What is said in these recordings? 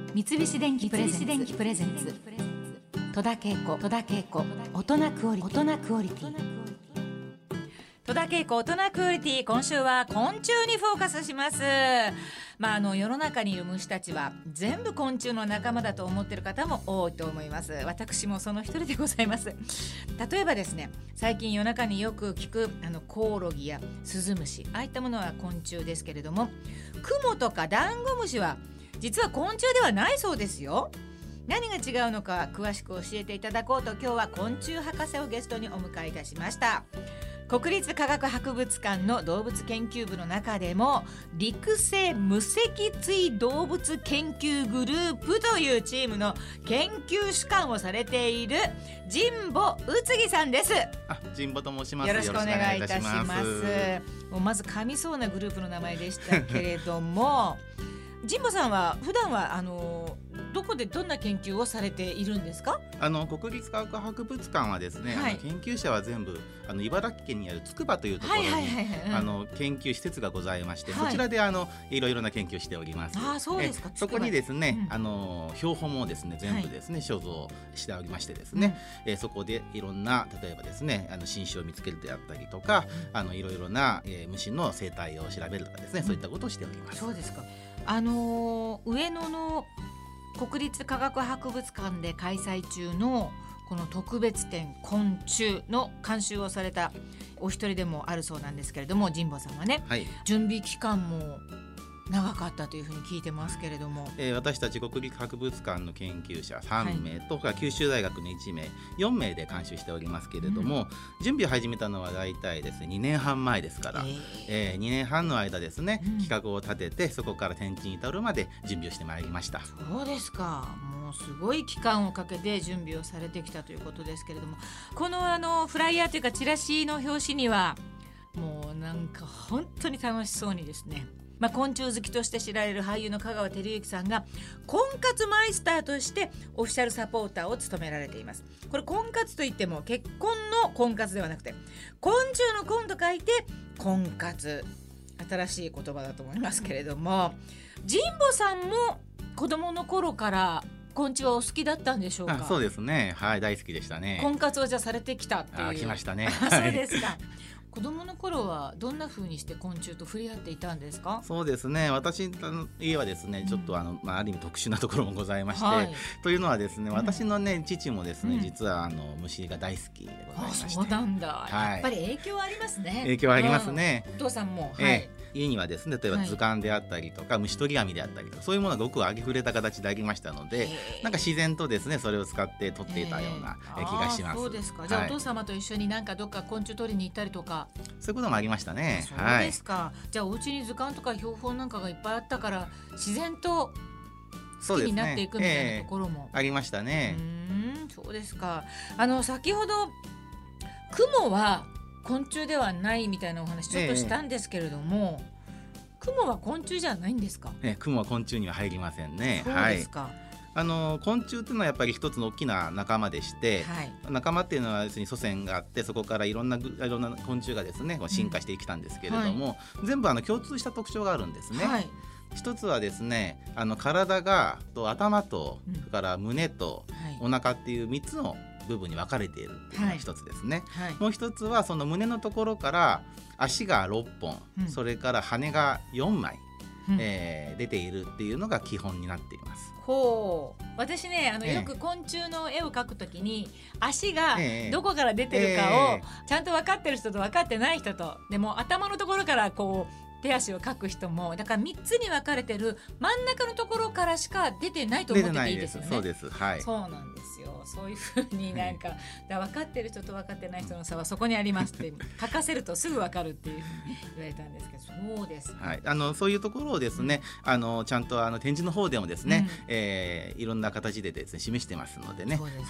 三菱電機プレゼンツ戸田恵子大人クオリティ戸田恵子大人クオリティ、今週は昆虫にフォーカスします。世の中にいる虫たちは全部昆虫の仲間だと思っている方も多いと思います。私もその一人でございます。例えばですね、最近夜中によく聞くコオロギやスズムシ、ああいったものは昆虫ですけれども、クモとかダンゴムシは実は昆虫ではないそうですよ。何が違うのか詳しく教えていただこうと、今日は昆虫博士をゲストにお迎えいたしました。国立科学博物館の動物研究部の中でも陸生無脊椎動物研究グループというチームの研究主幹をされている神保宇津木さんです。 神保と申します。 よろしくお願いいたします。もうまず噛みそうなグループの名前でしたけれども神保さんは普段はどこでどんな研究をされているんですか？ 国立科学博物館はですね、研究者は全部茨城県にある筑波というところに研究施設がございまして、そちらでいろいろな研究をしております。 そうですか。 そこにですね、標本もですね全部ですね、所蔵しておりましてですね、そこでいろんな例えばですね新種を見つけるであったりとかいろいろな、虫の生態を調べるとかですね、そういったことをしております。 そうですか。上野の国立科学博物館で開催中のこの特別展昆虫の監修をされたお一人でもあるそうなんですけれども、神保さんはね、準備期間も長かったというふうに聞いてますけれども、 私たち国立博物館の研究者3名と、九州大学の1名4名で監修しておりますけれども、準備を始めたのはだいたいですね2年半前ですから、2年半の間ですね、企画を立ててそこから展示に至るまで準備をしてまいりました。 そうですか。もうすごい期間をかけて準備をされてきたということですけれども、このフライヤーというかチラシの表紙にはもうなんか本当に楽しそうにですね、昆虫好きとして知られる俳優の香川照之さんが婚活マイスターとしてオフィシャルサポーターを務められています。これ婚活といっても結婚の婚活ではなくて、昆虫の婚と書いて婚活、新しい言葉だと思いますけれども、神保さんも子供の頃から昆虫はお好きだったんでしょうか？ そうですね、大好きでしたね。 婚活をじゃあされてきたっていう。 来ましたね。 そうですか。子供の頃はどんな風にして昆虫と触れ合っていたんですか？ そうですね、私の家はですねちょっとある意味特殊なところもございまして、というのはですね、私のね父もですね、実は虫が大好きでございまして。 そうなんだ、やっぱり影響ありますね。 影響ありますね。 お父さんも、 家にはですね例えば図鑑であったりとか、虫取り紙であったりとか、そういうものがごくありふれた形でありましたので、なんか自然とですねそれを使って取っていたような気がします。 そうですか。じゃあ、お父様と一緒になんかどっか昆虫取りに行ったりとか、 そういうこともありましたね。 そうですか。じゃあお家に図鑑とか標本なんかがいっぱいあったから自然と好きになっていくみたいなところも、 ありましたね。 そうですか。先ほどクモは昆虫ではないみたいなお話ちょっとしたんですけれども、クモは昆虫じゃないんですか？ クモは昆虫には入りませんね。 そうですか。 昆虫っていうのはやっぱり一つの大きな仲間でして、仲間っていうのは要するに祖先があって、そこからいろんな昆虫がですね進化してきたんですけれども、全部共通した特徴があるんですね。一つはですね体が頭と、それから胸と、お腹っていう3つの部分に分かれているっていうのが一つですね。もう一つはその胸のところから足が6本、それから羽が4枚、出ているっていうのが基本になっています。 私ねよく昆虫の絵を描くときに足がどこから出てるかをちゃんと分かってる人と分かってない人と、でも頭のところからこう手足を描く人も、だから3つに分かれてる真ん中のところからしか出てないと思ってていいですよね。 そうです。 そうなんですよ。そういうふうになんか、分かってる人と分かってない人の差はそこにありますって書かせるとすぐ分かるっていうふうに言われたんですけど、そうですね。 そういうところをですね、ちゃんと展示の方でもですね、いろんな形でですね示してますのでね。 そうです。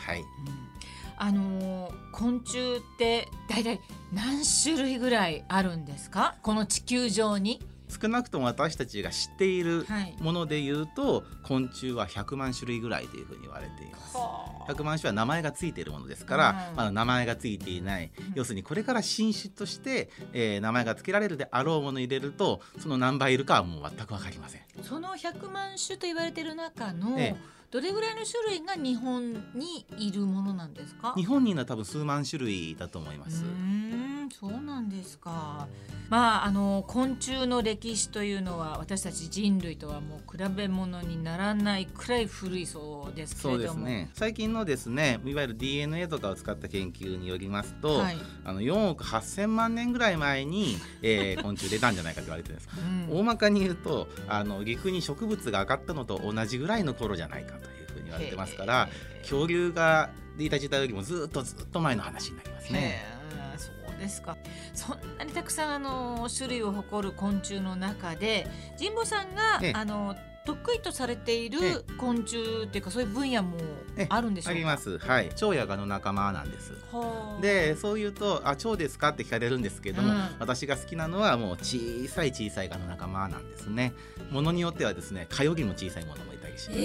昆虫って大体何種類ぐらいあるんですか？この地球上に。 少なくとも私たちが知っているものでいうと、昆虫は100万種類ぐらいというふうに言われています。100万種は名前がついているものですから、まだ名前がついていない、要するにこれから新種として、名前が付けられるであろうものを入れると、その何倍いるかはもう全く分かりません。 その100万種と言われている中の、どれぐらいの種類が日本にいるものなんですか？ 日本にいるのは多分数万種類だと思います。 そうなんですか。昆虫の歴史というのは私たち人類とはもう比べ物にならないくらい古いそうですけれども。 そうですね、最近のですね、いわゆる DNA とかを使った研究によりますと、4億8000万年ぐらい前に、昆虫出たんじゃないかと言われてるんです、大まかに言うと陸に植物が上がったのと同じぐらいの頃じゃないかというふうに言われてますから、恐竜がいた時代よりもずっと前の話になりますね。 そうですか。そんなにたくさん種類を誇る昆虫の中で、神保さんが得意とされている昆虫っていうか、そういう分野もあるんでしょうか？ あります、はい、蝶や蛾の仲間なんです。でそういうと蝶ですかって聞かれるんですけども、私が好きなのはもう小さい蛾の仲間なんですね。ものによってはですね、蚊よりも小さいものもいたりします。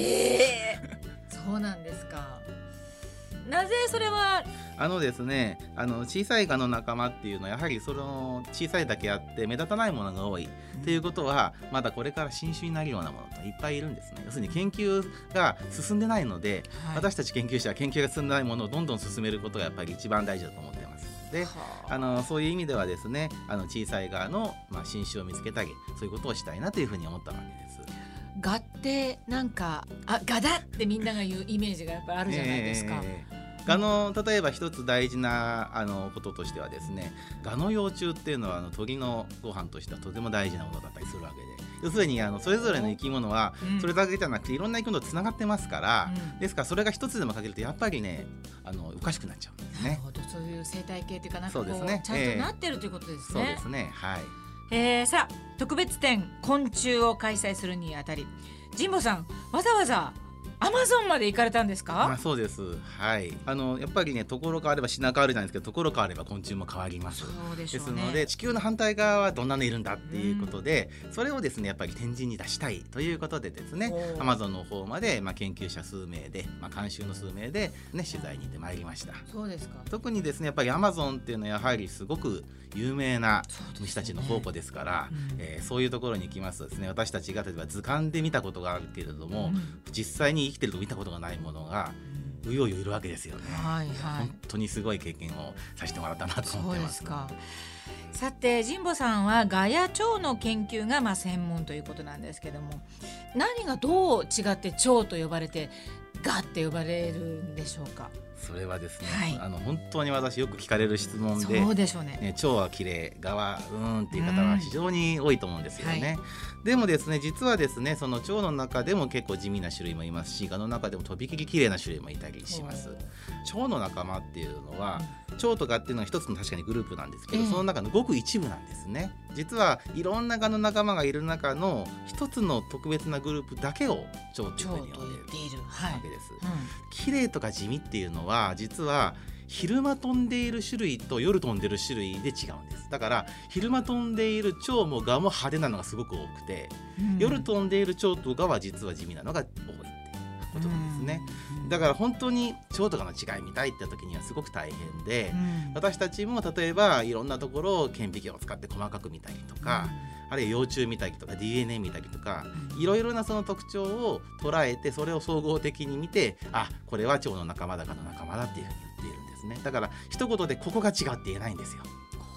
そうなんですか。なぜそれはですね、小さい蛾の仲間っていうのはやはりその小さいだけあって目立たないものが多いということは、まだこれから新種になるようなものといっぱいいるんですね。要するに研究が進んでないので、私たち研究者は研究が進んでないものをどんどん進めることがやっぱり一番大事だと思っています。でそういう意味ではですね、小さい蛾の、新種を見つけたり、そういうことをしたいなというふうに思ったわけです。 蛾ってなんか蛾だってみんなが言うイメージがやっぱりあるじゃないですか。 例えば一つ大事なこととしてはですね、蛾の幼虫っていうのは鳥のご飯としてはとても大事なものだったりするわけで、要するにそれぞれの生き物はそれだけじゃなくていろんな生き物とつながってますから、ですからそれが一つでも欠けるとやっぱりねおかしくなっちゃうんですね。 なるほど、そういう生態系というかなんかこう、ちゃんとなってるということですね。 そうですね、はい。 さあ特別展昆虫を開催するにあたり、神保さんわざわざアマゾンまで行かれたんですか？ そうです、はい。やっぱりね、ところ変われば品変わるじゃないですけど、ところ変われば昆虫も変わります。 そうでしょうね。 ですので地球の反対側はどんなのいるんだっていうことで、それをですねやっぱり展示に出したいということでですね、アマゾンの方まで、研究者数名で、監修の数名で、取材に行ってまいりました。 そうですか。 特にですねやっぱりアマゾンっていうのはやはりすごく有名な虫たちの宝庫ですから、そういうところに行きますとですね、私たちが例えば図鑑で見たことがあるけれども、実際に生きてると見たことがないものがうようよいるわけですよね。本当にすごい経験をさせてもらったなと思ってます。 そうですか。さて神保さんは蛾や蝶の研究が専門ということなんですけども、何がどう違って蝶と呼ばれて蛾って呼ばれるんでしょうか？ それはですね、本当に私よく聞かれる質問で、 そうでしょうね。 蝶は綺麗、蛾はっていう方は非常に多いと思うんですよね。でもですね、実はですね、その蝶の中でも結構地味な種類もいますし、蛾の中でもとびきり綺麗な種類もいたりします。蝶の仲間っていうのは、蝶と蛾っていうのは一つの確かにグループなんですけど、その中のごく一部なんですね。実はいろんな蛾の仲間がいる中の一つの特別なグループだけを蝶というふうに呼んでいるわけです。綺麗とか地味っていうのは実は昼間飛んでいる種類と夜飛んでいる種類で違うんです。だから昼間飛んでいる蝶も蛾も派手なのがすごく多くて、夜飛んでいる蝶と蛾は実は地味なのが多いっていうことなんですね。だから本当に蝶とかの違い見たいって時にはすごく大変で、私たちも例えばいろんなところを顕微鏡を使って細かく見たりとか、あるいは幼虫見たりとか DNA 見たりとか、いろいろなその特徴を捉えて、それを総合的に見て、これは蝶の仲間だかの仲間だっていうふうに言っているんですね。だから一言でここが違うって言えないんですよ。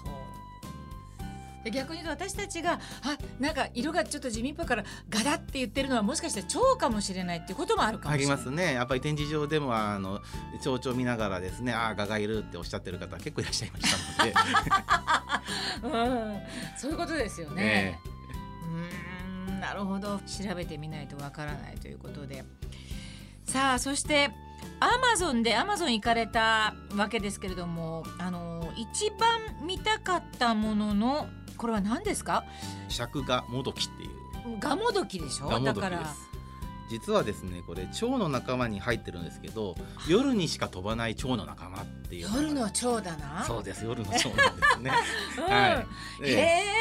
で逆に言うと私たちがなんか色がちょっと地味っぽいから蛾だって言ってるのはもしかして蝶かもしれないっていうこともあるかもしれない。 ありますね。やっぱり展示場でも蝶々見ながらですね、蛾がいるっておっしゃってる方結構いらっしゃいましたのでそういうことですよね。なるほど。調べてみないとわからないということで、さあそしてアマゾン行かれたわけですけれども、一番見たかったもののこれは何ですか？ 尺蛾もどきっていう。 蛾もどきでしょ。 だから実はですね、これ蝶の仲間に入ってるんですけど、夜にしか飛ばない蝶の仲間っていう。 夜の蝶だな。 そうです、夜の蝶なんですね。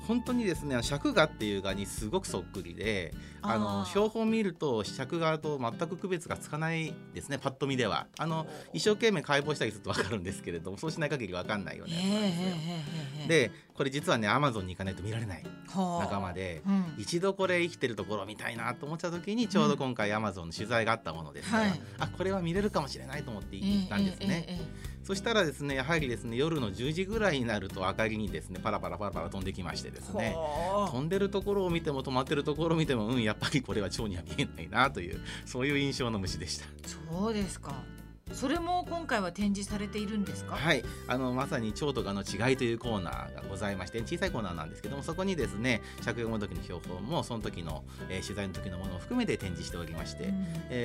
本当にですね尺蛾っていう蛾にすごくそっくりで標本見ると尺蛾と全く区別がつかないですね。パッと見では一生懸命解剖したりすると分かるんですけれども、そうしない限り分かんないよね。でこれ実はねアマゾンに行かないと見られない仲間で、一度これ生きてるところを見たいなと思った時にちょうど今回アマゾンの取材があったものですから、これは見れるかもしれないと思って行ったんですね。そしたらですねやはりですね夜の10時ぐらいになると明かりにですねパラパラ飛んできましてですね、飛んでるところを見ても止まってるところを見てもやっぱりこれは蝶には見えないなというそういう印象の虫でした。 そうですか。それも今回は展示されているんですか？ はい、まさに蝶と蛾の違いというコーナーがございまして、小さいコーナーなんですけども、そこにですね尺蛾の時の標本もその時の、取材の時のものを含めて展示しておりまして、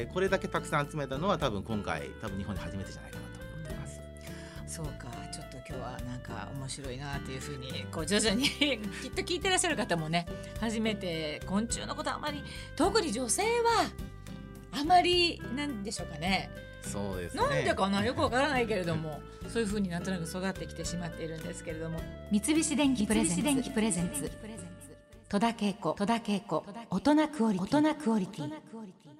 これだけたくさん集めたのは多分日本で初めてじゃないかなと思ってます。 そうか、ちょっと今日はなんか面白いなというふうに徐々にきっと聞いてらっしゃる方もね、初めて昆虫のことあまり、特に女性はあまりなんでしょうかね。 そうですね、 なんでかなよくわからないけれどもそういうふうになんとなく育ってきてしまっているんですけれども、三菱電機プレゼンツ戸田恵子大人クオリティ。